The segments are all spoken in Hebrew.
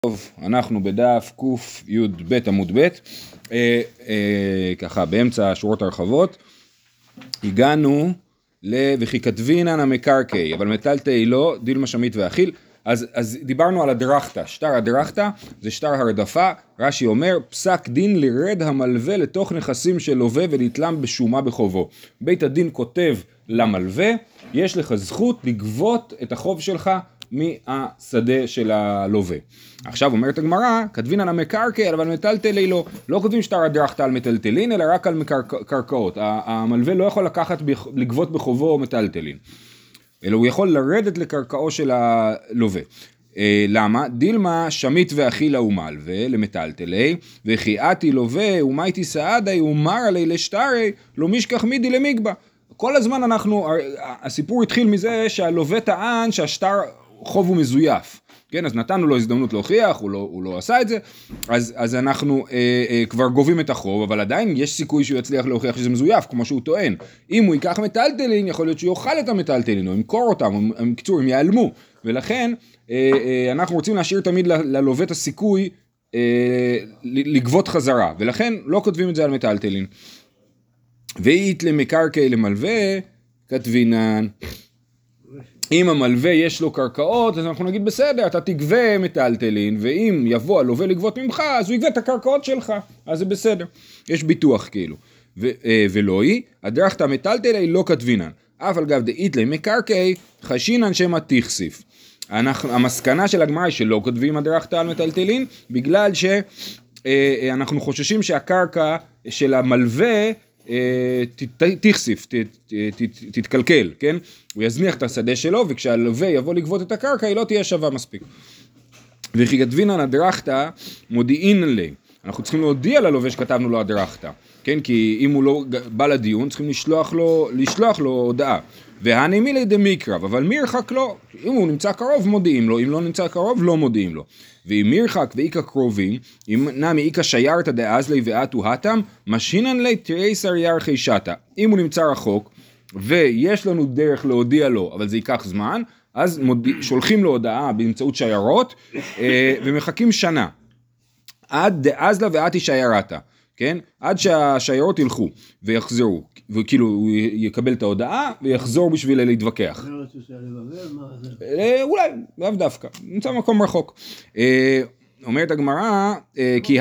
טוב, אנחנו בדף קי"ב עמוד ב', ככה באמצע השורות הרחבות, הגענו וכי כתבינן המקרקעי, אבל מטלטלי לא, דילמה שמית ואכיל. אז דיברנו על הדרכתא, שטר הדרכתא זה שטר הרדפה. רש"י אומר, פסק דין לירד המלווה לתוך נכסים של לווה ולהתלם בשומה בחובו. בית הדין כותב למלווה, יש לך זכות לגבות את החוב שלך מהשדה של הלווה. עכשיו אומרת הגמרא, כתבינן המקרקעי אבל מטלטלי לא. לא כותבים שטר הדרכתא על מטלטלין אלא רק על קרקעות. המלווה לא יכול לגבות בחובו מטלטלין, אלא הוא יכול לרדת לקרקעו של הלווה. למה? דילמה שמית ואכילה ומלווה למטלטלי, וכי אתי לווה ומייתי סעדי ומר עלי לשטרי לא משכח מידי למגבה. כל הזמן הסיפור התחיל מזה שהלווה טען שהשטר חוב הוא מזויף. כן, אז נתנו לו הזדמנות להוכיח, הוא לא עשה את זה, אז אנחנו כבר גובים את החוב, אבל עדיין יש סיכוי שהוא יצליח להוכיח שזה מזויף, כמו שהוא טוען. אם הוא ייקח מטלטלין, יכול להיות שהוא יאכל את המטלטלין, או ימכור אותם, הם ייעלמו, ולכן אנחנו רוצים להשאיר תמיד ללווה את הסיכוי לגבות חזרה, ולכן לא כותבים את זה על מטלטלין. ואית למקרקעי למלווה, כתבינן. אם המלווה יש לו קרקעות, אז אנחנו נגיד בסדר, אתה תגבה מטלטלין, ואם יבוא הלווה לגבות ממך, אז הוא יגבה את הקרקעות שלך, אז זה בסדר. יש ביטוח כאילו. ולא היא, הדרכתא מטלטלי לא כתבינן. אף על גב דאית למקרקעי, חשינן שמא תכסיף. המסקנה של הגמרא היא שלא כותבים הדרכתא על מטלטלין, בגלל שאנחנו חוששים שהקרקע של המלווה תכסיף, תתקלקל, כן? הוא יזניח את השדה שלו, וכשהלווה יבוא לגבות את הקרקע, היא לא תהיה שווה מספיק. וכי כתבינן הדרכתא מודיעין לי. אנחנו צריכים להודיע ללווה שכתבנו לו הדרכתא, כן? כי אם הוא לא בא לדיון, צריכים לשלוח לו הודעה. והנעימי לידי מקרב, אבל מירחק לא. אם הוא נמצא קרוב, מודיעים לו. אם לא נמצא קרוב, לא מודיעים לו. ואם מירחק ואיקה קרובים, אם נמי איקה שיירתא דאז לי ואתו התם, משינן לי תריסר ירחי שתה. אם הוא נמצא רחוק, ויש לנו דרך להודיע לו, אבל זה ייקח זמן, אז שולחים לו הודעה באמצעות שיירות, ומחכים שנה. עד דאז לה ואתי שיירתא. כן? עד שהשיירות ילכו ויחזרו, וכאילו הוא יקבל את ההודעה ויחזור בשביל להתווכח. אולי, לאו דווקא, נמצא מקום רחוק. אומרת הגמרא, כי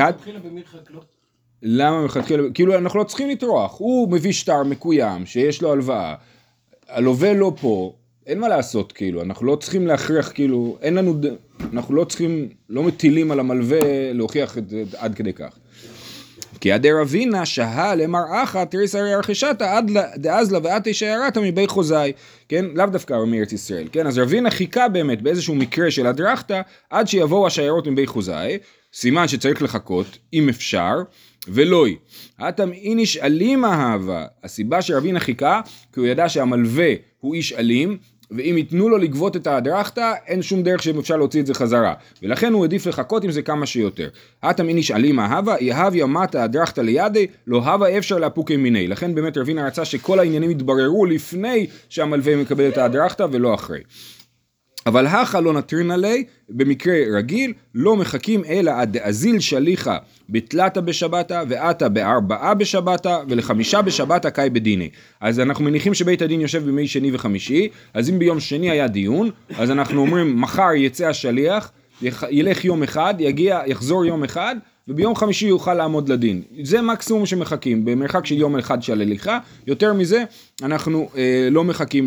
למה מלכתחילה? כאילו אנחנו לא צריכים לטרוח, הוא מביא שטר מקוים שיש לו הלוואה, הלווה לא פה, אין מה לעשות כאילו, אנחנו לא צריכים להכריח כאילו, אין לנו, אנחנו לא צריכים, לא מטילים על המלווה להוכיח את זה עד כדי כך. כי עדי רבינה שהה למר אחת תריסר ירחי שתה עד דאז לה ואתי שיירתא מבי חוזאי, כן? לאו דווקא מארץ ישראל, כן? אז רבינה חיכה באמת באיזשהו מקרה של הדרכתא עד שיבואו השיירות מבי חוזאי, סימן שצריך לחכות, אם אפשר, ולא היא. אתם איניש אלים אהבה, הסיבה שרבינה חיכה, כי הוא ידע שהמלווה הוא איש אלים, ואם ייתנו לו לגבות את הדרכתא, אין שום דרך שאפשר להוציא את זה חזרה. ולכן הוא עדיף לחכות עם זה כמה שיותר. אתם איניש אלימה הווה, יהב ימתה הדרכתא לידי, לא הווה אפשר להפוקי מיני. לכן באמת רבינה רצה שכל העניינים יתבררו לפני שהמלווה מקבל את הדרכתא ולא אחרי. אבל הכה לא נטרין עלי, במקרה רגיל, לא מחכים אלא עד דאזיל שליחה בתלתה בשבתה, ועתה בארבעה בשבתה, ולחמישה בשבתה קאי בדיני. אז אנחנו מניחים שבית הדין יושב בימי שני וחמישי, אז אם ביום שני היה דיון, אז אנחנו אומרים מחר יצא השליח, ילך יום אחד, יחזור יום אחד, וביום חמישי יוכל לעמוד לדין. זה מקסימום שמחכים, במרחק של יום אחד של הליכה, יותר מזה אנחנו לא מחכים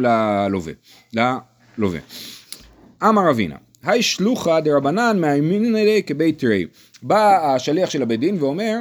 ללווה. אמר רבינה, היי שלוחה דרבנן מהימין אלי כבית תרי. בא השליח של הבית דין ואומר,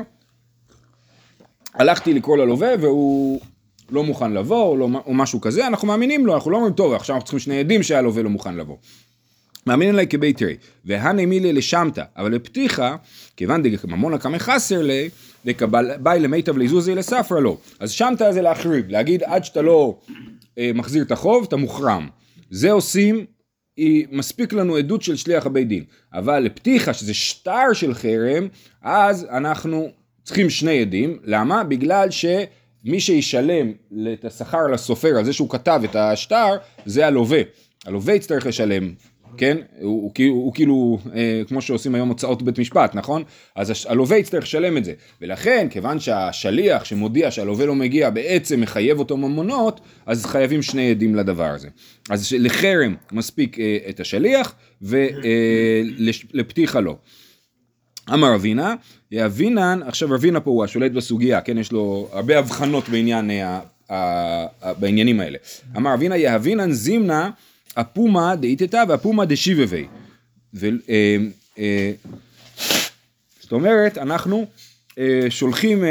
הלכתי לקרוא ללווה והוא לא מוכן לבוא או משהו כזה, אנחנו מאמינים לו, אנחנו לא אומרים טוב, עכשיו אנחנו צריכים שני עדים שהלווה לא מוכן לבוא. מאמין אלי כבית תרי, והנעימי לי לשמתה, אבל לפתיחה, כיוון דגממונה כמה חסר לי, באי למיטב ליזוזי לספרה לו. אז שמתה זה להחריב, להגיד עד שאתה לא מחזיר את החוב, אתה מוחרם. זה עושים, מספיק לנו עדות של שליח הבית דין, אבל לפתיחה שזה שטר של חרם, אז אנחנו צריכים שני עדים. למה? בגלל שמי שישלם את השכר לסופר על זה שהוא כתב את השטר, זה הלווה. הלווה יצטרך לשלם כן? הוא כאילו, כמו שעושים היום הוצאות בית משפט, נכון? אז הלווה יצטרך לשלם את זה, ולכן, כיוון שהשליח שמודיע שהלווה לא מגיע, בעצם מחייב אותו ממונות, אז חייבים שני עדים לדבר הזה. אז לחרם מספיק את השליח, ולפתיחה לא. אמר רבינה, יאבינן, עכשיו רבינה פה הוא השולט בסוגיה, כן? יש לו הרבה הבחנות בעניינים האלה. אמר רבינה, יאבינן זימנה, הפומה דאיתתה והפומה דשיבבי. זאת אומרת, אנחנו שולחים,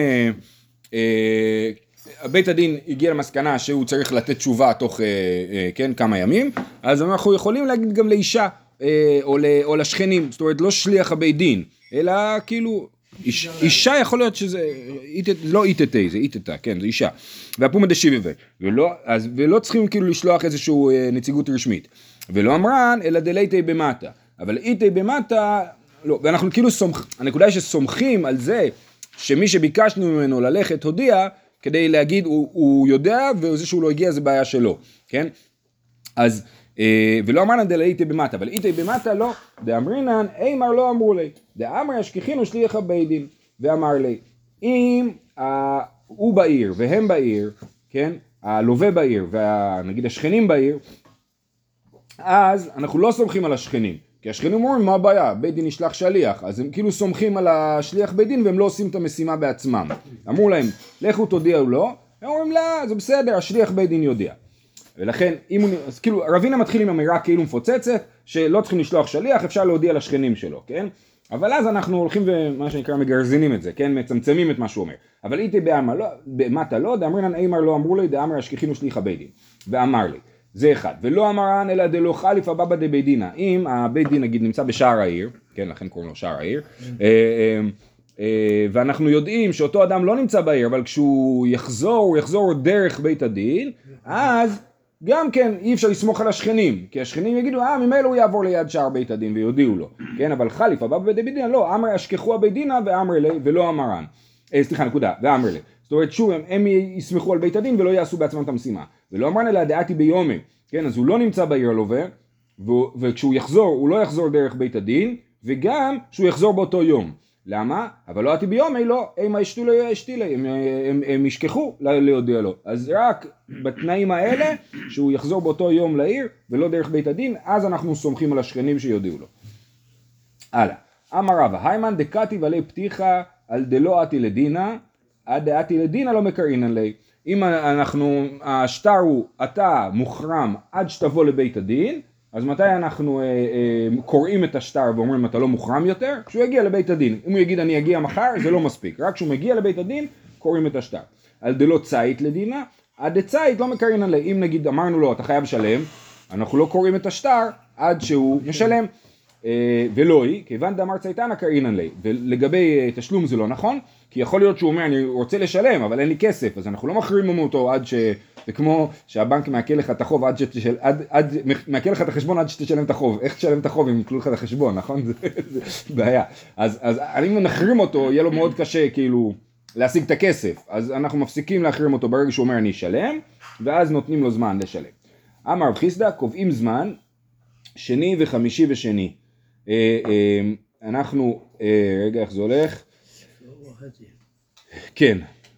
בית הדין הגיע למסקנה שהוא צריך לתת תשובה תוך כמה ימים, אז אנחנו יכולים להגיד גם לאישה או לשכנים, זאת אומרת לא שליח הבית דין, אלא כאילו אישה יכול להיות שזה, לא איתתי, זה איתתה, כן, זה אישה. והפומה דשיבבי, ולא צריכים כאילו לשלוח איזשהו נציגות רשמית. ולא אמרן, אלא דלייתי במטה. אבל איתי במטה, לא, ואנחנו כאילו הנקודה היא שסומכים על זה, שמי שביקשנו ממנו ללכת הודיע, כדי להגיד, הוא יודע, וזה שהוא לא הגיע זה בעיה שלו, כן? אז, ולא אמרנן דלייתי במטה, אבל איתי במטה לא, דאמרינן, אימר לא אמרו לי, דאמר ישכיחינו שליח הבית דין, ואמר לי, אם הוא בעיר והם בעיר, כן? הלווה בעיר ונגיד השכנים בעיר, אז אנחנו לא סומכים על השכנים, כי השכנים אומרים מה הבעיה, בית דין ישלח שליח, אז הם כאילו סומכים על השליח בית דין והם לא עושים את המשימה בעצמם. אמרו להם, לכו תודיעו לו, הם אומרים לא, זה בסדר, השליח בית דין יודיע. ולכן, אז כאילו רבינה מתחיל עם אמירה כאילו מפוצצת, שלא צריכים לשלוח שליח, אפשר להודיע לשכנים שלו, כן? אבל אז אנחנו הולכים ומה שנקרא מגרזינים את זה, כן? מצמצמים את מה שהוא אומר. אבל איתי במטה לא, דאמרינן אימר לא אמרו לי, דאמר השכיחינו שליח הבית דין. ואמר לי, זה אחד. ולא אמרן אלא דלא חליף הבבא דבית דינא. אם הבית דין נגיד נמצא בשער העיר, כן, לכן קוראים לו שער העיר, ואנחנו יודעים שאותו אדם לא נמצא בעיר, אבל כשהוא יחזור, הוא יחזור דרך בית הדין, אז גם כן אי אפשר לסמוך על השכנים, כי השכנים יגידו, ממילא הוא יעבור ליד שער בית הדין ויודיעו לו, כן, אבל חליף הבבא דבית דינא לא, אמר ישכחו הבית דינא ואמר לי, ולא אמרן. סליחה, נקודה, ואמר לי. זאת אומרת, שוב, הם יסמכו על בית הדין ולא יעשו בעצמם את המשימה. ולא אמרן אלא דעתי ביומי, כן, אז הוא לא נמצא בעיר הלווה, וכשהוא יחזור, הוא לא יחזור דרך בית הדין, וגם שהוא יחזור באותו יום. למה? אבל לא דעתי ביומי, לא, הם ישכחו להודיע לו. אז רק בתנאים האלה, שהוא יחזור באותו יום לעיר, ולא דרך בית הדין, אז אנחנו סומכים על השכנים שיודיעו לו. הלאה. אמר רבא, היימן דקתי ולי פתיחה על דלא עתי לדינא, עד דעתי לדינא לא מקרינן לי. אם השטר הוא, אתה מוחרם עד שתבוא לבית הדין, אז מתי אנחנו קוראים את השטר ואומרים אתה לא מוחרם יותר? כשהוא יגיע לבית הדין. אם הוא יגיד אני אגיע מחר, זה לא מספיק. רק כשהוא מגיע לבית הדין, קוראים את השטר. על דלא צית לדינא, עד דצית לא מקרינן לי. אם נגיד אמרנו לו אתה חייב לשלם, אנחנו לא קוראים את השטר עד שהוא משלם. ולא היא, כיוון דאמר צייתנא קרינן לי. ולגבי תשלום זה לא נכון, כי יכול להיות שהוא אומר אני רוצה לשלם אבל אין לי כסף, אז אנחנו לא מחרימים אותו עד זה כמו שהבנק מעקל לך את החוב מעקל לך את החשבון עד שתשלם את החוב. איך תשלם את החוב אם יקלו לך את החשבון, נכון? זה בעיה. אז אם נחרים אותו יהיה לו מאוד קשה כאילו להשיג את הכסף, אז אנחנו מפסיקים להחרים אותו ברגע שהוא אומר אני אשלם, ואז נותנים לו זמן לשלם. אמר רב חיסדא, קובעים זמן שני וחמישי ושני. אנחנו, רגע איך זה הולך? כן.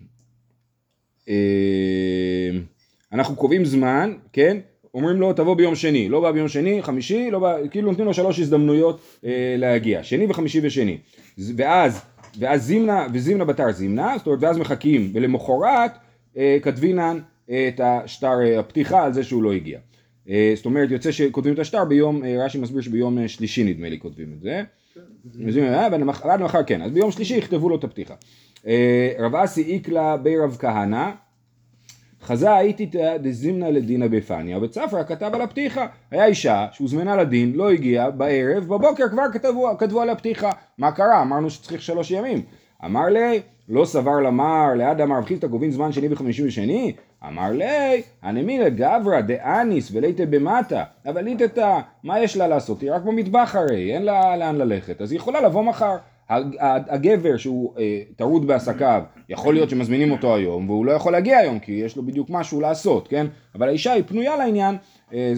אנחנו קובעים זמן, כן? אומרים לו תבוא ביום שני, לא בא ביום שני, חמישי, לא בא, כאילו נותנים לו 3 הזדמנויות להגיע, שני וחמישי ושני. ואז זימנה בתר זימנה, זאת אומרת, ואז מחכים, ולמחרת כתבינן את השטר הפתיחה על זה שהוא לא הגיע. זאת אומרת, יוצא שכותבים את השטר ביום, רש"י מסביר שביום שלישי נדמה לי כותבים את זה. ועד מחר כן, אז ביום שלישי יכתבו לו את הפתיחה. רב אסי איקלה בי רב כהנא, חזה הייתי דזימנה לדינא בפניה, וצפרא כתב על הפתיחה. היה אישה שהוזמנה לדין, לא הגיעה, בערב, בבוקר כבר כתבו על הפתיחה. מה קרה? אמרנו שצריך 3 ימים. אמר לי, לא סבר למר, ליד אמר רב חיסדא קובעים זמן שני וחמישי ושני? אמר לי, הנמילא גברא דאניס וליתא במטה, אבל ליתתא, מה יש לה לעשות? היא רק במטבח הרי, אין לה לאן ללכת, אז היא יכולה לבוא מחר. הגבר שהוא טרוד בעסקיו, יכול להיות שמזמינים אותו היום, והוא לא יכול להגיע היום, כי יש לו בדיוק משהו לעשות, כן? אבל האישה היא פנויה לעניין, זה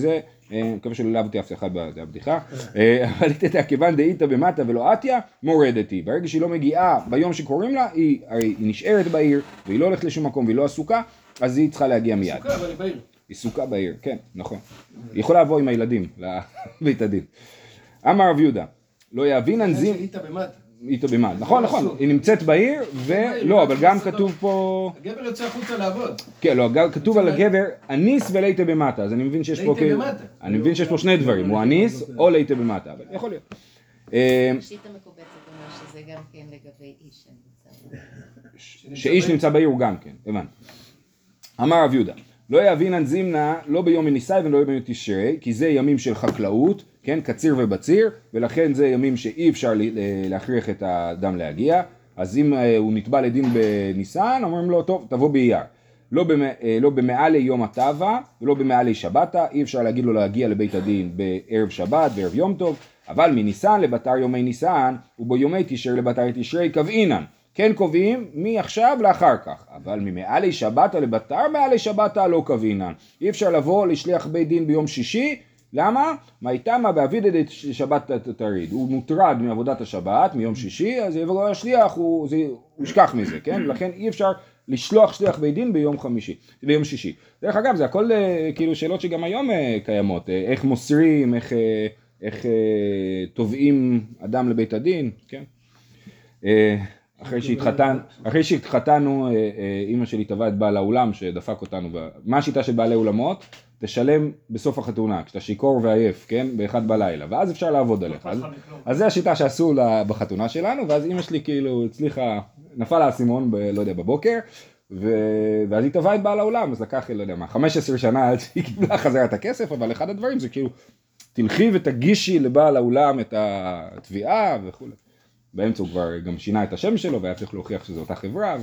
מקווה שלא להבתי אף אחד בבדיחה, אבל איתה כיוון דאיתה במטה ולא עטיה, מורדת היא. ברגע שהיא לא מגיעה ביום שקוראים לה, היא נשארת בעיר, והיא לא הולכת לשום מקום והיא לא עסוקה, אז היא צריכה להגיע מיד. סוכה, אבל היא בעיר. היא סוכה בעיר, כן, נכון. היא יכולה לבוא עם הילדים לבית הדין. אמר רב יהודה, לא יבין אנזים... איתה במטה. איתה במטה, נכון, היא נמצאת בעיר, ולא, אבל גם כתוב פה... הגבר יוצא החוצה לעבוד. כן, לא, כתוב על הגבר, אניס ולהיטה במטה, אז אני מבין שיש פה... אני מבין שיש פה שני דברים, הוא אניס או להיטה במטה, אבל יכול להיות. שיטה מקובצת אומר שזה גם כן לגבי איש שנמצא. שאיש נמצא בעיר הוא גם כן, הבנתי. אמר רב יהודה, לא יבינן זימנה לא ביום ניסאי ולא ביום תשרי, כי זה ימים של חקלאות, כן, קציר ובציר, ולכן זה ימים שאי אפשר להכריח את האדם להגיע, אז אם הוא נתבע לדין בניסן, אומרים לו, טוב, תבוא באייר. לא במעלי יום הטבע ולא במעלי שבתה, אי אפשר להגיד לו להגיע לבית הדין בערב שבת, בערב יום טוב, אבל מניסן לבתר יומי ניסן, וביומי תשרי לבתר תשרי קבעינן. כן קובעים מעכשיו לאחר כך, אבל ממעלי שבתה לבתר מעלי שבתה לא קבעינן. אי אפשר לבוא לשליח בית דין ביום שישי, למה? מה איתמה באבידד את שבת תריד, הוא מוטרד מעבודת השבת, מיום שישי, אז יבוא השליח, הוא ישכח מזה, כן? לכן אי אפשר לשלוח שליח בית דין ביום שישי. דרך אגב, זה הכל כאילו שאלות שגם היום קיימות, איך מוסרים, איך תובעים אדם לבית הדין, כן? אחרי שהתחתנו, אמא שלי טבעה את בעל האולם שדפק אותנו, מה השיטה של בעלי אולמות? תשלם בסוף החתונה, כשאתה שיקור ועייף, כן? באחד בלילה, ואז אפשר לעבוד עליך. אז זה השיטה שעשו בחתונה שלנו, ואז אמא שלי כאילו הצליחה, נפל לה האסימון, לא יודע, בבוקר, ואז היא טבעה את בעל האולם, אז לקח, לא יודע מה, 15 שנה עד שהיא קיבלה חזרה את הכסף, אבל אחד הדברים זה כאילו, תלכי ותגישי לבעל האולם את התביעה וכו'. באמצע הוא כבר גם שינה את השם שלו, והיה צריך להוכיח שזו אותה חברה.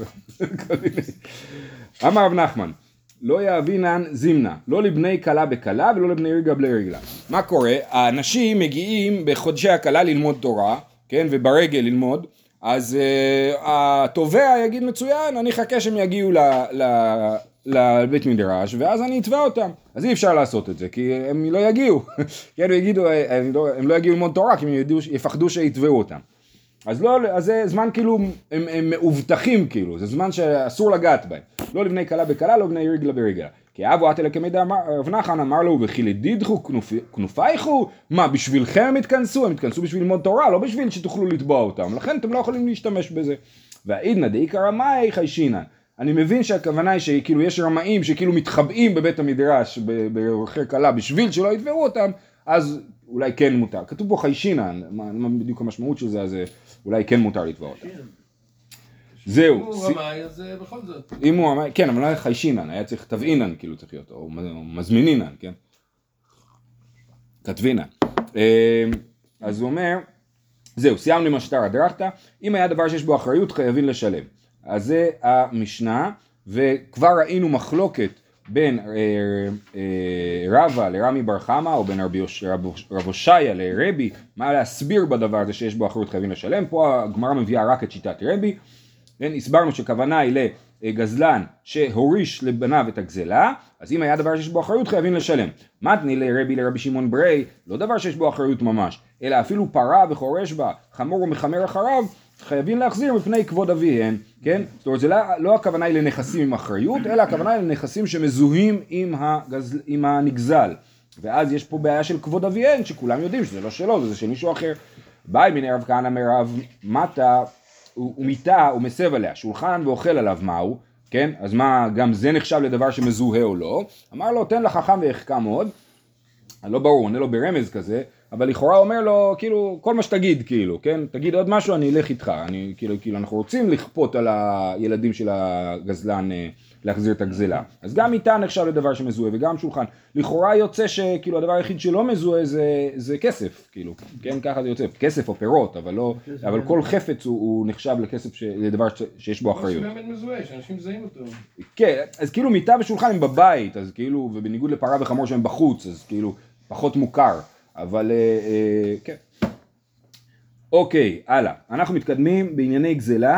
אמר רב נחמן, לא יאבינן זימנה, לא לבני קלה בקלה ולא לבני רגלה בלי רגלה. מה קורה? האנשים מגיעים בחודשי הקלה ללמוד תורה, כן, וברגל ללמוד, אז התובע יגיד מצוין, אני אחכה שהם יגיעו לבית מדרש, ואז אני אתבע אותם. אז אי אפשר לעשות את זה, כי הם לא יגיעו. הם לא יגיעו ללמוד תורה, כי הם יפחדו שיתבעו אותם. אז זה זמן כאילו, הם מאובטחים כאילו, זה זמן שאסור לגעת בהם. לא לבני קלה בקלה, לא לבני רגלה ברגלה. כי אבו עטלה כמידע רב נחמן אמר לו, וכי לדידכו כנופייכו, מה, בשבילכם הם התכנסו בשביל ללמוד תורה, לא בשביל שתוכלו לתבוע אותם, לכן אתם לא יכולים להשתמש בזה. והעידנא דאיכא רמאי חיישינן. אני מבין שהכוונה היא שכאילו יש רמאים שכאילו מתחבאים בבית המדרש, ברחי קלה, בשביל שלא יתבעו אותם, אז אולי כן מותר. כתוב פה חיישינן, מה בדיוק המשמעות של זה, אז אולי כן מותר לתבוע אותם. זהו. אם הוא רמאי, אז בכל זאת. אם הוא רמאי, כן, אבל לא היה חיישינן, היה צריך תבעינן, כאילו צריך להיות, או מזמינינן, כן? כתבינן. אז הוא אומר, זהו, סיימנו עם השטר הדרכתא, אם היה דבר שיש בו אחריות, חייבים לשלם. אז זה המשנה, וכבר ראינו מחלוקת בין רבא לרמי בר חמא, או בין רב הושעיה לרבי, מה להסביר בדבר הזה שיש בו אחריות חייבים לשלם. פה הגמרא מביאה רק את שיטת רבי. הסברנו שכוונה היא לגזלן שהוריש לבניו את הגזלה, אז אם היה דבר שיש בו אחריות חייבים לשלם. מתני לרבי שמעון ברי, לא דבר שיש בו אחריות ממש, אלא אפילו פרה וחורש בה, חמור ומחמר אחריו, חייבים להחזיר מפני כבוד אביהן, כן? זאת אומרת, זה לא הכוונה היא לנכסים עם אחריות, אלא הכוונה היא לנכסים שמזוהים עם הנגזל. ואז יש פה בעיה של כבוד אביהן, שכולם יודעים שזה לא שלו, זה של מישהו אחר. באי מן רב כהנא מרב מטה, ומיטה ומסב עליה, שולחן ואוכל עליו מהו, כן? אז מה, גם זה נחשב לדבר שמזוהה או לא? אמר לו, תן לחכם ויחכם עוד. לא ברור, אני לא ברמז כזה, אבל לכאורה אומר לו, כאילו, כל מה שתגיד, כאילו, כן? תגיד עוד משהו, אני אלך איתך. כאילו, אנחנו רוצים לכפות על הילדים של הגזלן להחזיר את הגזלה. אז גם איתה נחשב לדבר שמזוהה, וגם שולחן. לכאורה יוצא שכאילו הדבר היחיד שלא מזוהה זה כסף, כאילו, כן? ככה זה יוצא, כסף או פירות, אבל כל חפץ הוא נחשב לכסף, לדבר שיש בו אחריות. זה באמת מזוהה, שאנשים מזהים אותו. כן, אז כאילו מיטה ושולחן הם בבית, אז כאילו, ובניגוד לפרה וחמור שהם בחוץ, אז כאילו, פחות מוכר. אבל כן. אוקיי, הלאה. אנחנו מתקדמים בענייני גזלה,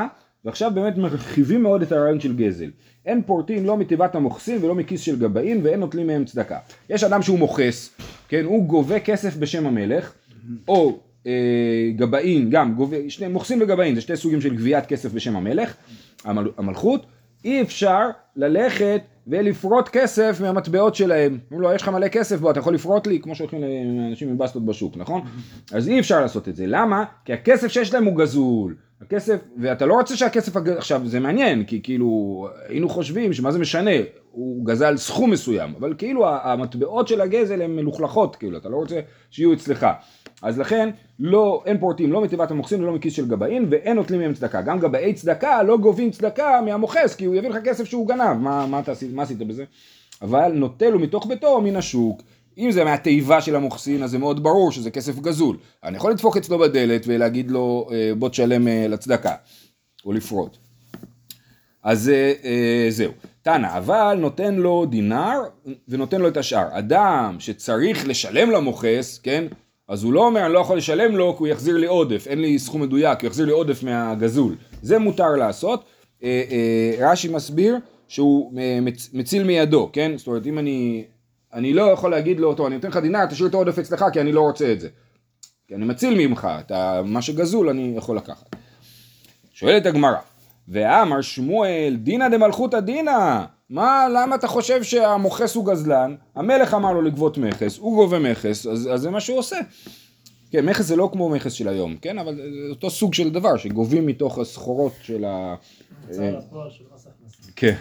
ועכשיו באמת מרחיבים מאוד את הרעיון של גזל. אין פורטים לא מתיבת המוכסים ולא מכיס של גבאים ואין נוטלים מהם צדקה. יש אדם שהוא מוכס, כן, הוא גובה כסף בשם המלך, או גבאים, גם מוכסים וגבאים, זה שתי סוגים של גביית כסף בשם המלך, המלכות. אי אפשר ללכת ולפרוט כסף מהמטבעות שלהם. אומרים לו, יש לך מלא כסף בו, אתה יכול לפרוט לי, כמו שהולכים לאנשים עם בסטות בשוק, נכון? אז אי אפשר לעשות את זה. למה? כי הכסף שיש להם הוא גזול. הכסף, ואתה לא רוצה שהכסף, עכשיו זה מעניין, כי כאילו היינו חושבים שמה זה משנה, הוא גזל סכום מסוים, אבל כאילו המטבעות של הגזל הן מלוכלכות, כאילו אתה לא רוצה שיהיו אצלך. אז לכן אין פורטים, לא מתיבת המוכסים ולא מכיס של גבאים, ואין נוטלים מהם צדקה. גם גבאי צדקה לא גובים צדקה מהמוכס, כי הוא יביא לך כסף שהוא גנב. מה עשית בזה? אבל נוטלו מתוך ביתו או מן השוק. אם זה מהתיבה של המוכסין, אז זה מאוד ברור שזה כסף גזול. אני יכול לדפוק אצלו בדלת ולהגיד לו, בוא תשלם לצדקה, או לפרוט. אז זהו. תנא, אבל נותן לו דינר ונותן לו את השאר. אדם שצריך לשלם למוכס, כן? אז הוא לא אומר, אני לא יכול לשלם לו, כי הוא יחזיר לי עודף, אין לי סכום מדויק, הוא יחזיר לי עודף מהגזול. זה מותר לעשות. רש"י מסביר שהוא מציל מידו, כן? זאת אומרת, אם אני לא יכול להגיד לו, טוב, אני נותן לך דינר, תשאיר את העודף אצלך, כי אני לא רוצה את זה. כי אני מציל ממך, מה שגזול אני יכול לקחת. שואלת הגמרא, ואמר שמואל, דינא דמלכותא דינא, למה אתה חושב שהמוכס הוא גזלן? המלך אמר לו לגבות מכס, הוא גובה מכס, אז זה מה שהוא עושה. כן, מכס זה לא כמו מכס של היום, כן? אבל זה אותו סוג של דבר, שגובים מתוך הסחורות של כן.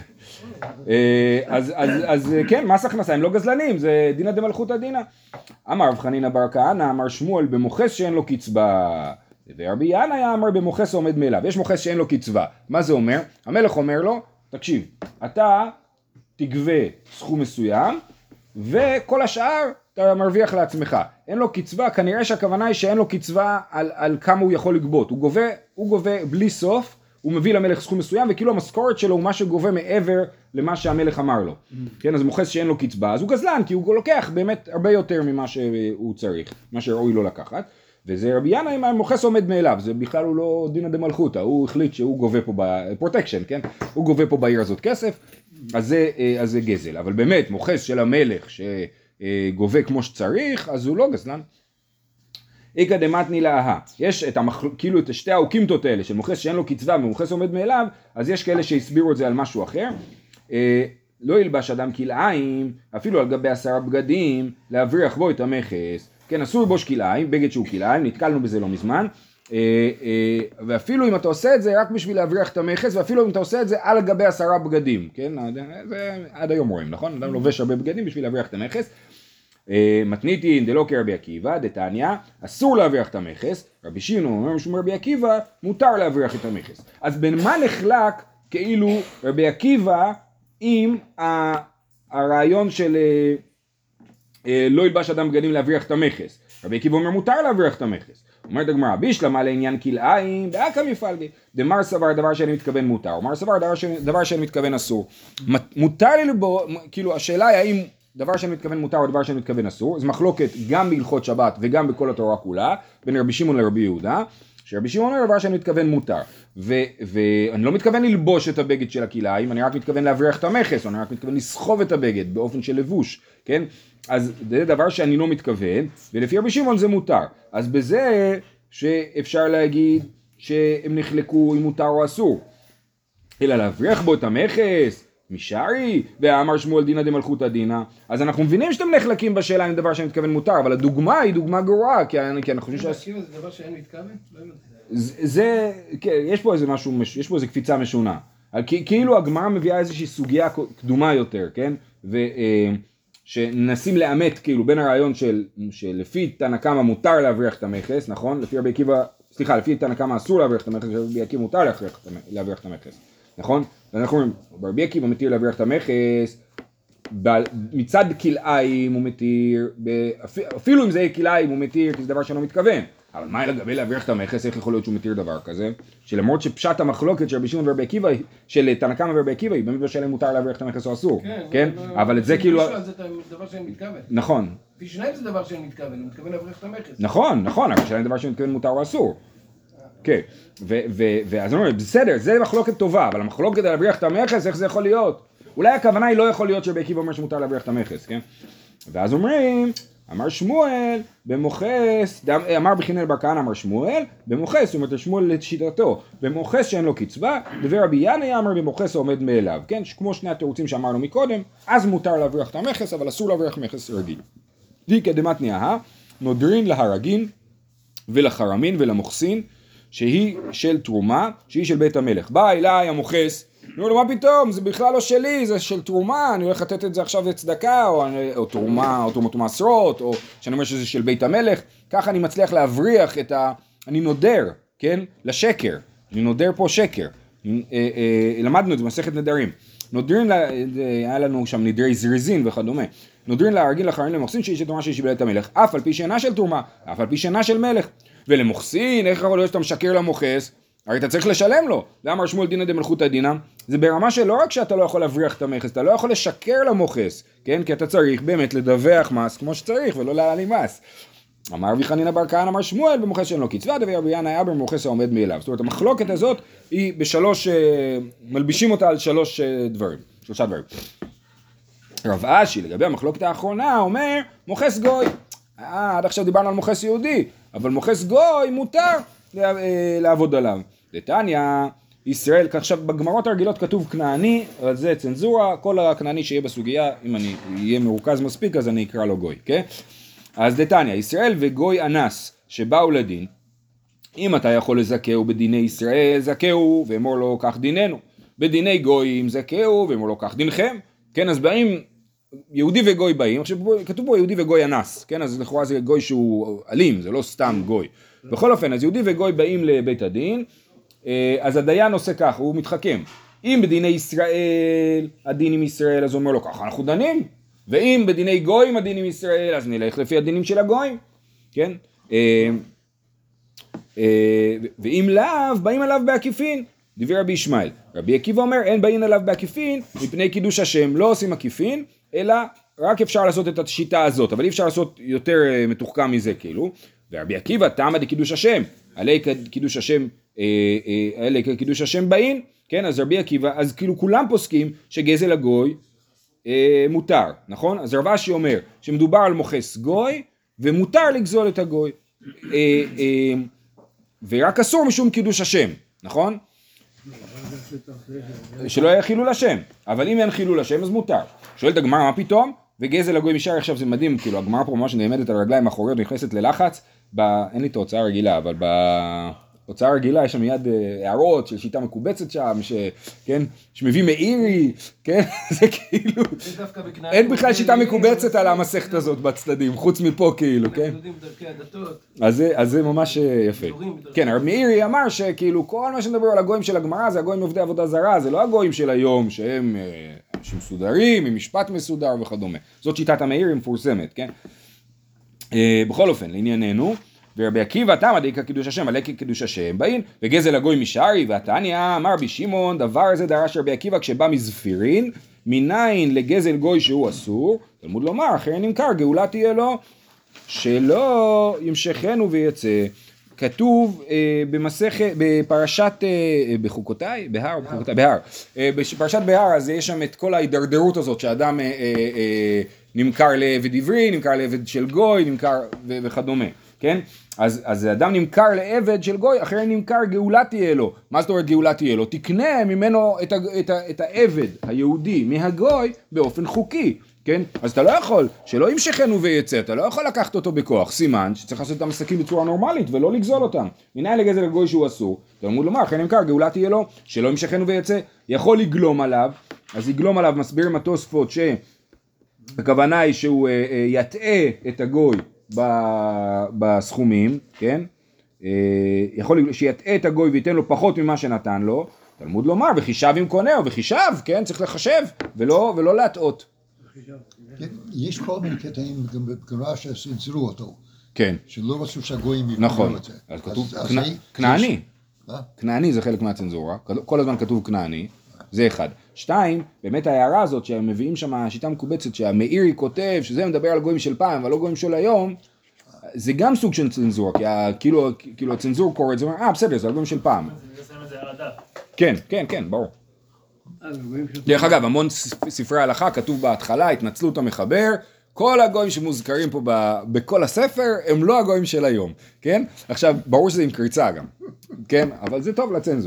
אז כן, מס הכנסה, הם לא גזלנים, זה דינא דמלכותא דינא. אמר רב חנינא בר כהנא, אמר שמואל במוכס שאין לו קצבה. ורבי ינאי אמר במוכס עומד מאליו. יש מוכס שאין לו קצבה. מה זה אומר? המלך אומר לו, תקשיב, אתה תגבה סכום מסוים, וכל השאר אתה מרוויח לעצמך. אין לו קצבה, כנראה שהכוונה היא שאין לו קצבה על כמה הוא יכול לגבות. הוא גובה בלי סוף, הוא מביא למלך סכום מסוים, וכאילו המשכורת שלו הוא מה שגובה מעבר למה שהמלך אמר לו. כן, אז מוכס שאין לו קצבה, אז הוא גזלן, כי הוא לוקח באמת הרבה יותר ממה שהוא צריך, מה שראוי לו לקחת. וזה רבי ינאי אם המוכס עומד מאליו, זה בכלל הוא לא דינא דמלכותא, הוא החליט שהוא גובה פה בפרוטקשן, כן? הוא גובה פה בעיר הזאת כסף, אז זה גזל. אבל באמת, מוכס של המלך שגובה כמו שצריך, אז הוא לא גזלן. איכא דמתני להא, יש כאילו את שתי האוקימתות האלה של מוכס שאין לו קצבה ומוכס עומד מאליו, אז יש כאלה שהסבירו את זה על משהו אחר. לא ילבש אדם כלאיים, אפילו על גבי 10 בגדים, להבריח בו את המכס. כן, אסור לבוש כלאיים, בגד שהוא כלאיים, נתקלנו בזה לא מזמן. ואפילו אם אתה עושה את זה רק בשביל להבריח את המכס, ואפילו אם אתה עושה את זה על גבי 10 בגדים, כן? זה עד היום רואים, נכון? אדם לובש הרבה בגדים בשביל להבריח את המכס. מתניתין דלא כרבי עקיבא, דתניא, אסור להבריח את המכס, רבי שמעון אומר משום רבי עקיבא, מותר להבריח את המכס. אז בין מה נחלק כאילו רבי עקיבא עם הרעיון של לא ילבש אדם בגדים להבריח את המכס? רבי עקיבא אומר מותר להבריח את המכס. אומרת הגמרא, בישלמה לעניין כלאיים, דאקא מפלגי, דמר סבר דבר שאני מתכוון מותר, ומר סבר דבר שאני מתכוון אסור. מותר לי לבוא, כאילו השאלה היא האם דבר שאני מתכוון מותר או דבר שאני מתכוון אסור, אז מחלוקת גם בהלכות שבת וגם בכל התורה כולה, בין רבי שמעון לרבי יהודה, שרבי שמעון אומר דבר שאני מתכוון מותר, ואני לא מתכוון ללבוש את הבגד של הכלאיים, אני רק מתכוון להבריח את המכס, או אני רק מתכוון לסחוב את הבגד באופן של לבוש, כן? אז זה דבר שאני לא מתכוון, ולפי רבי שמעון זה מותר. אז בזה שאפשר להגיד שהם נחלקו אם מותר או אסור, אלא להבריח בו את המכס, משארי, ואמר שמואל דינא דמלכותא דינא. אז אנחנו מבינים שאתם נחלקים בשאלה אם דבר שאני מתכוון מותר, אבל הדוגמה היא דוגמה גרועה, כי אנחנו חושבים זה דבר שאין מתכוון? זה, כן, יש פה איזה משהו, יש פה איזה קפיצה משונה. כאילו הגמרא מביאה איזושהי סוגיה קדומה יותר, כן? שנסים לאמת כאילו בין הרעיון שלפי תנא קמא מותר להבריח את המכס, נכון? לפי רבי עקיבא, סליחה, לפי תנא קמא אסור להבריח את המכס, לפי רבי עקיבא מותר להבריח את המכס, נכון? ואנחנו אומרים, רבי עקיבא מתיר להבריח את המכס, מצד כלאיים הוא מתיר, אפילו אם זה יהיה כלאיים הוא מתיר, כי זה דבר שאני לא מתכוון. אבל מה לגבי להבריח את המכס, איך יכול להיות שהוא מתיר דבר כזה? שלמרות שפשט המחלוקת של רבי שמעון ורבי עקיבא, של תנא קמא ורבי עקיבא, היא באמת בשאלה אם מותר להבריח את המכס או אסור, כן? אבל את זה כאילו... זה דבר שאני מתכוון. נכון. לפי שניים זה דבר שאני מתכוון, אני מתכוון להבריח את המכס. נכון, אבל השאלה אם דבר שאני מתכוון מותר או אסור. כן, ואז אני אומר, בסדר, זה מחלוקת טובה, אבל המחלוקת על להבריח את המכס, איך זה יכול להיות? אולי הכוונה היא לא יכול להיות שרבי עקיבא אומר שמותר להבריח את המכס, כן? ואז אומרים, אמר שמואל, במוחס, אמר בחינל בר כהנא אמר שמואל, במוחס, זאת אומרת שמואל לשיטתו, במוחס שאין לו קצבה, דבר רבי ינאי אמר במוחס העומד מאליו, כן? כמו שני התירוצים שאמרנו מקודם, אז מותר להבריח את המכס, אבל אסור להבריח מכס רגיל. די קדמת ניאה, נודרין להרגין ולחרמין ולמוחסין, שהיא של תרומה, שהיא של בית המלך. בא אליי המוחס, נו, מה פתאום, זה בכלל לא שלי, זה של תרומה, אני הולך לתת את זה עכשיו לצדקה, או תרומה, או תרומות ומעשרות, או שאני אומר שזה של בית המלך, ככה אני מצליח להבריח את אני נודר, כן, לשקר, אני נודר פה שקר, למדנו את זה במסכת נדרים, נודרין, היה לנו שם נדרי זריזין וכדומה, נודרין להרגיל לחרמין למוחסין שהיא של תרומה שהיא של בית המלך, אף על פי שאינה של תרומה, אף על פי שאינה של מלך, ולמוחסין, איך יכול להיות שאתה משקר למוחס? הרי אתה צריך לשלם לו. ואמר שמואל דינא דמלכותא דינא, זה ברמה שלא רק שאתה לא יכול להבריח את המכס, אתה לא יכול לשקר למוחס, כן? כי אתה צריך באמת לדווח מס כמו שצריך ולא להעלים מס. אמר רבי חנינא בר כהנא אמר שמואל במוחס שאין לו קצבה, דבר רבי ינאי היה במוחס העומד מאליו. זאת אומרת, המחלוקת הזאת היא בשלוש, מלבישים אותה על שלושה דברים. רב אשי לגבי המחלוקת האחרונה אומר מוחס גוי. עד עכשיו דיברנו על מוחס יהודי, אבל מוחס גוי מותר לעבוד עליו. דתניא, ישראל, עכשיו בגמרות הרגילות כתוב כנעני, אבל זה צנזורה, כל הכנעני שיהיה בסוגיה, אם אני אהיה מרוכז מספיק אז אני אקרא לו גוי, כן? אז דתניא, ישראל וגוי אנס שבאו לדין, אם אתה יכול לזכהו בדיני ישראל, זכהו ואמור לו כך דיננו, בדיני גויים זכהו ואמור לו כך דינכם, כן? אז באים יהודי וגוי באים, עכשיו כתוב פה יהודי וגוי אנס, כן? אז לכאורה זה גוי שהוא אלים, זה לא סתם גוי. בכל אופן, אז יהודי וגוי באים לבית הדין, אז הדיין עושה כך, הוא מתחכם. אם בדיני ישראל, הדין עם ישראל, אז הוא אומר לו ככה, אנחנו דנים. ואם בדיני גויים הדין עם ישראל, אז נלך לפי הדינים של הגויים, כן? ואם לאו, באים אליו בעקיפין. דבר רבי ישמעאל. רבי עקיבא אומר, אין באים אליו בעקיפין, מפני קידוש השם, לא עושים עקיפין, אלא רק אפשר לעשות את השיטה הזאת, אבל אי אפשר לעשות יותר מתוחכם מזה כאילו. ורבי עקיבא טעמא דקידוש השם, עלי קידוש השם באין, כן, אז רבי עקיבא, אז כאילו כולם פוסקים שגזל הגוי מותר, נכון? אז רב אשי אומר שמדובר על מוחס גוי, ומותר לגזול את הגוי, ורק אסור משום קידוש השם, נכון? שלא יהיה חילול השם, אבל אם אין חילול השם אז מותר. שואלת הגמרא מה פתאום? וגזל הגוי משאר, עכשיו זה מדהים, כאילו הגמרא פה ממש נעמדת על הרגליים האחוריות ונכנסת ללחץ, אין לי את ההוצאה הרגילה, אבל בהוצאה הרגילה יש שם מיד הערות של שיטה מקובצת שם, כן, שמביא מאירי, כן, זה כאילו, אין בכלל שיטה מקובצת על המסכת הזאת בצדדים, חוץ מפה כאילו, כן, אז זה ממש יפה. כן, הרב מאירי אמר שכאילו כל מה שנדבר על הגויים של הגמרא זה הגויים עובדי עבודה זרה, זה לא הגויים של היום שהם מסודרים, עם משפט מסודר וכדומה. זאת שיטת המאירי מפורסמת, כן? בכל אופן, לענייננו, ורבי עקיבא תמא דאיכא קידוש השם, עלי קידוש השם באין, וגזל הגוי משארי, והתניא אמר רבי שמעון, דבר זה דרש רבי עקיבא כשבא מזפירין, מניין לגזל גוי שהוא אסור, תלמוד לומר, אחרי נמכר, גאולה תהיה לו, שלא ימשכנו ויצא. כתוב בפרשת, בחוקותיי, בהר, בפרשת בהר, אז יש שם את כל ההידרדרות הזאת, שאדם נמכר לעבד עברי, נמכר לעבד של גוי, נמכר וכדומה, כן? אז אדם נמכר לעבד של גוי, אחרי נמכר גאולה תהיה לו. מה זאת אומרת גאולה תהיה לו? תקנה ממנו את העבד היהודי מהגוי באופן חוקי. כן? אז אתה לא יכול, שלא ימשכנו ויצא, אתה לא יכול לקחת אותו בכוח, סימן שצריך לעשות את המסקים בצורה נורמלית ולא לגזול אותם. מניין לגזל הגוי שהוא אסור, תלמוד לומר, אחרי נמכר, גאולה תהיה לו, שלא ימשכנו ויצא, יכול לגלום עליו, אז יגלום עליו, מסביר התוספות שהכוונה היא שהוא יטעה את הגוי בסכומים, כן? יכול שיטעה את הגוי וייתן לו פחות ממה שנתן לו, תלמוד לומר, וחישב עם קונהו, וחישב, כן? צריך לחשב, ולא להטעות. יש כל מיני קטעים בגמרא שצנזרו אותו. כן. שלא רצו שהגויים יפעלו את זה. אז כתוב כנעני. כנעני זה חלק מהצנזורה. כל הזמן כתוב כנעני. זה אחד. שתיים, באמת ההערה הזאת שהם מביאים שם שיטה מקובצת שהמאירי כותב שזה מדבר על הגויים של פעם אבל לא גויים של היום. זה גם סוג של צנזורה, כי כאילו הצנזור קורא את זה, בסדר, זה אלבום של פעם. כן, ברור. דרך אגב, המון ספרי הלכה כתוב בהתחלה, התנצלות המחבר, כל הגויים שמוזכרים פה בכל הספר, הם לא הגויים של היום, כן? עכשיו, ברור שזה עם קריצה גם, כן? אבל זה טוב לצנזור.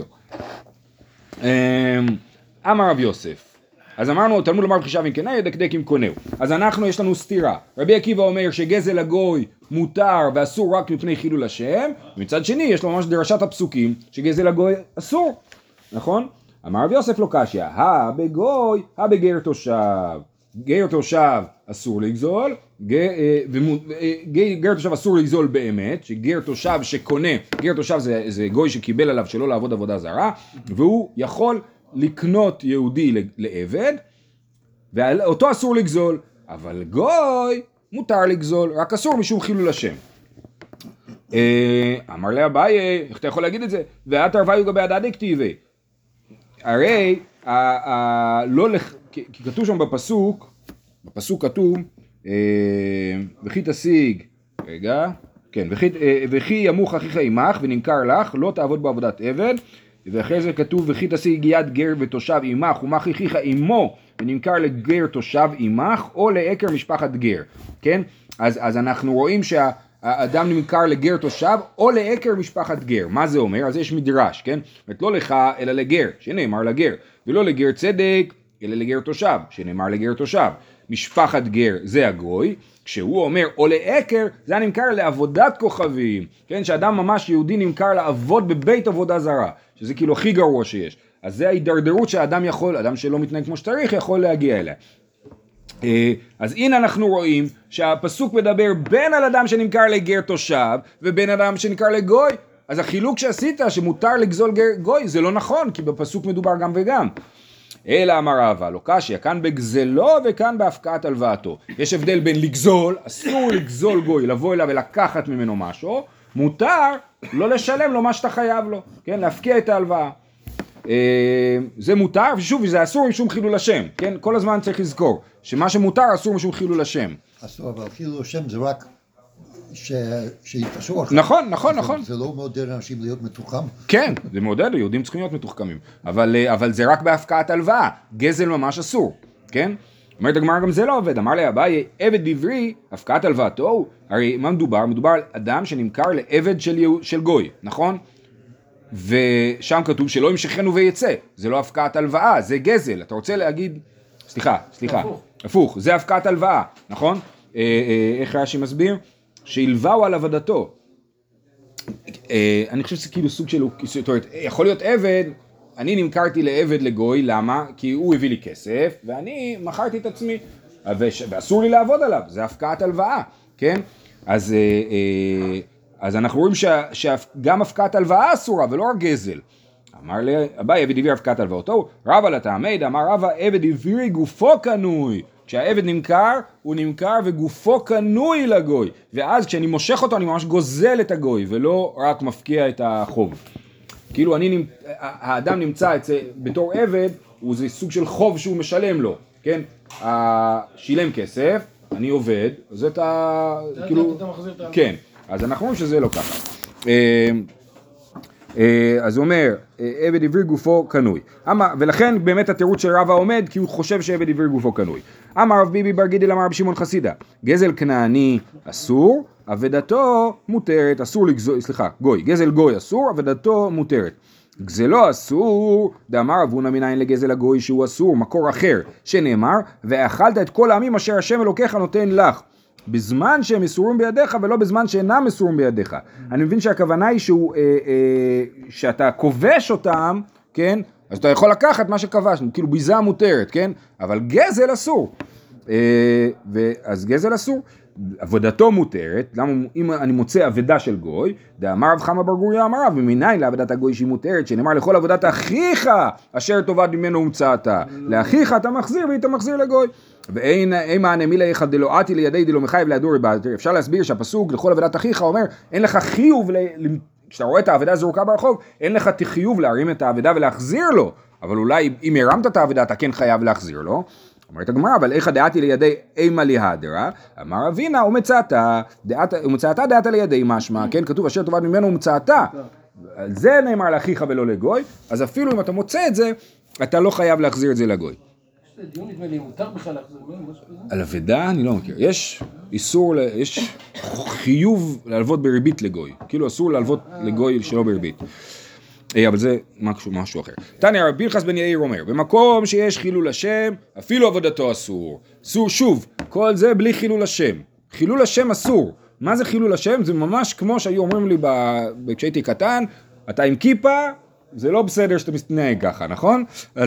אמר רב יוסף, אז אמרנו, תלמוד לומר בחישב עם קנה, ידקדק עם קונהו. אז יש לנו סתירה. רבי עקיבא אומר שגזל הגוי מותר ואסור רק מפני חילול השם, ומצד שני יש לו ממש דרשת הפסוקים שגזל הגוי אסור, נכון? אמר רב יוסף לא קשיא, בגוי, בגר תושב. גר תושב אסור לגזול, גר תושב אסור לגזול באמת, שגר תושב שקונה, גר תושב זה גוי שקיבל עליו שלא לעבוד עבודה זרה, והוא יכול לקנות יהודי לעבד, ואותו אסור לגזול, אבל גוי מותר לגזול, רק אסור משום חילול השם. אמר לה אביי, איך אתה יכול להגיד את זה? ואת הרוויו גבי הדדי כתיבי. הרי, כי כתוב שם בפסוק כתוב, וכי תשיג, וכי ימוך אחיך עמך ונמכר לך, לא תעבוד בעבודת עבד, ואחרי זה כתוב, וכי תשיג יד גר ותושב עמך, ומך אחיך עמו, ונמכר לגר תושב עמך, או לעקר משפחת גר, כן? אז אנחנו רואים האדם נמכר לגר תושב או לעקר משפחת גר. מה זה אומר? אז יש מדרש, כן? זאת לא לך אלא לגר, שנאמר לגר, ולא לגר צדק אלא לגר תושב, שנאמר לגר תושב. משפחת גר זה הגוי, כשהוא אומר או לעקר, זה נמכר לעבודת כוכבים, כן? שאדם ממש יהודי נמכר לעבוד בבית עבודה זרה, שזה כאילו הכי גרוע שיש. אז זה ההידרדרות שהאדם יכול, אדם שלא מתנהג כמו שצריך, יכול להגיע אליה. אז הנה אנחנו רואים שהפסוק מדבר בין על אדם שנמכר לגר תושב ובין אדם שנמכר לגוי. אז החילוק שעשית שמותר לגזול גוי זה לא נכון, כי בפסוק מדובר גם וגם. אלא אמר רבא, לא קשיא, כאן בגזלו וכאן בהפקעת הלוואתו. יש הבדל בין לגזול, אסור לגזול גוי, לבוא אליו ולקחת ממנו משהו, מותר לא לשלם לו מה שאתה חייב לו, כן? להפקיע את ההלוואה. זה מותר, ושוב, זה אסור משום חילול השם, כן? כל הזמן צריך לזכור, שמה שמותר אסור משום חילול השם. אסור, אבל חילול השם זה רק שיתפסו אחר. נכון. זה לא מעודד אנשים להיות מתוחכם? כן, זה מעודד, יהודים צריכים להיות מתוחכמים, אבל זה רק בהפקעת הלוואה, גזל ממש אסור, כן? אומרת הגמרא גם זה לא עובד, אמר לי אביי, עבד דברי, הפקעת הלוואתו, הרי מה מדובר? מדובר על אדם שנמכר לעבד של גוי, נכון? ושם כתוב שלא ימשכנו ויצא, זה לא הפקעת הלוואה, זה גזל, אתה רוצה להגיד, סליחה, הפוך, זה הפקעת הלוואה, נכון? איך רש"י מסביר? שהלווהו על עבדתו. אני חושב שזה כאילו סוג של, זאת אומרת, יכול להיות עבד, אני נמכרתי לעבד לגוי, למה? כי הוא הביא לי כסף, ואני מכרתי את עצמי, ואסור לי לעבוד עליו, זה הפקעת הלוואה, כן? אז אנחנו רואים שגם הפקעת הלוואה אסורה, ולא רק גזל. אמר לי, אביי, עבד עברי הפקעת הלוואתו, רבא לתעמד, אמר רבא, עבד עברי גופו קנוי. כשהעבד נמכר, הוא נמכר וגופו קנוי לגוי. ואז כשאני מושך אותו, אני ממש גוזל את הגוי, ולא רק מפקיע את החוב. כאילו האדם נמצא בתור עבד, הוא זה סוג של חוב שהוא משלם לו, כן? שילם כסף, אני עובד, אז אתה, כאילו, כן. אז אנחנו רואים שזה לא ככה. אז הוא אומר, עבד עברי גופו קנוי. ולכן באמת התירוץ של רבא עומד, כי הוא חושב שעבד עברי גופו קנוי. אמר רב ביבי בר גידל אמר רבי שמעון חסידה, גזל כנעני אסור, אבדתו מותרת, אסור לגזול, גוי, גזל גוי אסור, אבדתו מותרת. גזלו אסור, דאמר אבונה מנין לגזל הגוי שהוא אסור, מקור אחר, שנאמר, ואכלת את כל העמים אשר השם אלוקיך נותן לך. בזמן שהם מסורים בידיך ולא בזמן שאינם מסורים בידיך. אני מבין שהכוונה היא שאתה כובש אותם, כן? אז אתה יכול לקחת מה שכבשנו, כאילו ביזה מותרת, כן? אבל גזל אסור. אז גזל אסור. עבודתו מותרת, למה אם אני מוצא עבודה של גוי, דאמר רב חמא בר גוריא אמר רב, ומניין לעבודת הגוי שהיא מותרת, שנאמר לכל עבודת אחיך אשר תאבד ממנו הומצאת. לאחיך אתה מחזיר ואתה מחזיר לגוי. ואין מענה מילה אחד דלא עתי לידי דלא מחייב להדור בעתר. אפשר להסביר שהפסוק לכל עבודת אחיך אומר, אין לך חיוב, כשאתה רואה את העבודה זרוקה ברחוב, אין לך חיוב להרים את העבודה ולהחזיר לו, אבל אולי אם הרמת את העבודה אתה כן חייב להחזיר לו. אומרת הגמרא, אבל איך דעתי לידי אימה להדרה? אמר אבינה, ומצאתה דעתה לידי משמע, כן, כתוב אשר תאבד ממנו ומצאתה. על זה נאמר לאחיך ולא לגוי, אז אפילו אם אתה מוצא את זה, אתה לא חייב להחזיר את זה לגוי. יש דיון נדמה לי, מותר בכלל להחזיר, משהו כזה? על אבדה אני לא מכיר, יש איסור, יש חיוב להלוות בריבית לגוי, כאילו אסור להלוות לגוי שלא בריבית. אבל זה משהו אחר. תניא רבי פנחס בן יאיר אומר, במקום שיש חילול השם, אפילו עבודתו אסור. שוב, כל זה בלי חילול השם. חילול השם אסור. מה זה חילול השם? זה ממש כמו שהיו אומרים לי כשהייתי קטן, אתה עם כיפה, זה לא בסדר שאתה מתנהג ככה, נכון?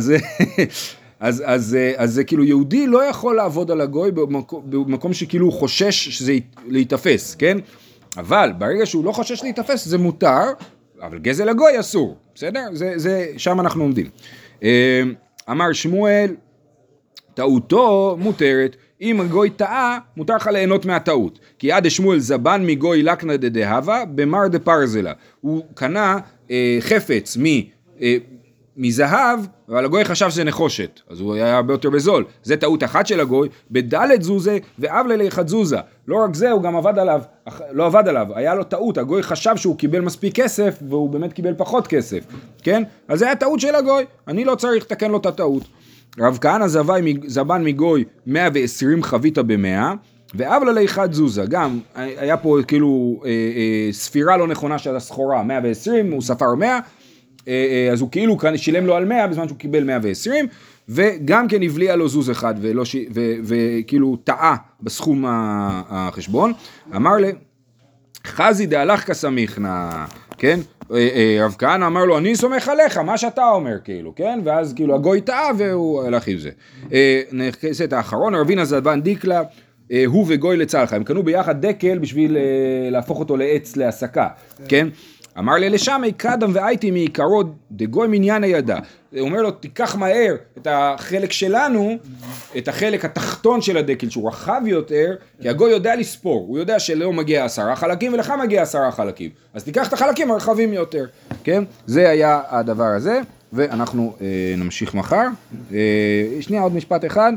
אז זה כאילו יהודי לא יכול לעבוד על הגוי במקום שכאילו הוא חושש שזה להיתפס, כן? אבל ברגע שהוא לא חושש להיתפס זה מותר, אבל גזל הגוי אסור, בסדר? זה שם אנחנו עומדים. אמר שמואל, טעותו מותרת, אם הגוי טעה, מותר לך ליהנות מהטעות. כי עד שמואל זבן מגוי לקנא דדהבה, במר דפרזלה. הוא קנה חפץ מזהב, אבל הגוי חשב שזה נחושת, אז הוא היה הרבה יותר בזול. זה טעות אחת של הגוי, בדלת זוזה ואב לליחת זוזה. לא רק זה, הוא גם לא עבד עליו, היה לו טעות, הגוי חשב שהוא קיבל מספיק כסף, והוא באמת קיבל פחות כסף, כן? אז זה היה טעות של הגוי, אני לא צריך לתקן לו את הטעות. רב כהנא זבן מגוי 120 חבית ב100, ואב לליחת זוזה, גם היה פה כאילו ספירה לא נכונה של הסחורה, 120, הוא ספר 100, אז הוא כאילו שילם לו על 100 בזמן שהוא קיבל 120, וגם כן הבליע לו זוז אחד, וכאילו טעה בסכום החשבון. אמר לי, חזי דהלך כסמיכנה, כן? רב כהנא אמר לו, אני סומך עליך, מה שאתה אומר, כאילו, כן? ואז כאילו הגוי טעה והוא הלך עם זה. נכסת האחרון, רבינה זבן דיקלה, הוא וגוי לצלחה, הם קנו ביחד דקל בשביל להפוך אותו לעץ להסקה, כן? אמר לי לשמי קדם והייתי מעיקרו דגוי מניין הידע. הוא אומר לו תיקח מהר את החלק שלנו, את החלק התחתון של הדקל שהוא רחב יותר, כי הגוי יודע לספור, הוא יודע שלא מגיע 10 חלקים ולך מגיע 10 חלקים. אז תיקח את החלקים הרחבים יותר, כן? זה היה הדבר הזה, ואנחנו נמשיך מחר. שנייה עוד משפט אחד.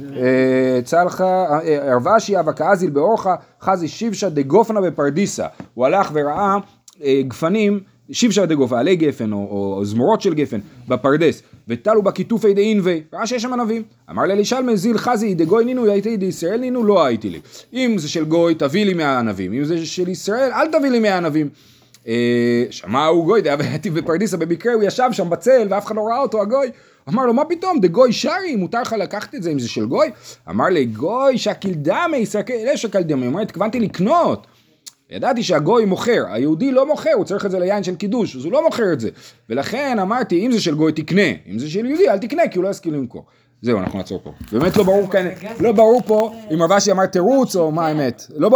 צלחה, הרבשיה וקאזיל באורחה, חזי שיבשה דגופנה בפרדיסה. הוא הלך וראה גפנים, שיבשה דגופה, עלי גפן או זמורות של גפן בפרדס, ותלו בכיתופי דאינווי, ראה שיש שם ענבים. אמר לי לישלמה זיל חזי דגוי נינו הייתי דישראל נינו לא הייתי לי. אם זה של גוי תביא לי מהענבים, אם זה של ישראל אל תביא לי מהענבים. שמעו גוי, הייתי בפרדיסה במקרה, הוא ישב שם בצל ואף אחד לא ראה אותו הגוי. אמר לו מה פתאום דגוי שרי, מותר לך לקחת את זה אם זה של גוי? אמר לי גוי שקיל דמי, ישראל שקל דמי, אמר התכוונתי לקנות. ידעתי שהגוי מוכר, היהודי לא מוכר, הוא צריך את זה ליין של קידוש, אז הוא לא מוכר את זה. ולכן אמרתי, אם זה של גוי תקנה, אם זה של יהודי אל תקנה, כי הוא לא יסכים למכור. זהו, אנחנו נעצור פה. באמת לא ברור פה אם רבשי אמר תירוץ או מה האמת. לא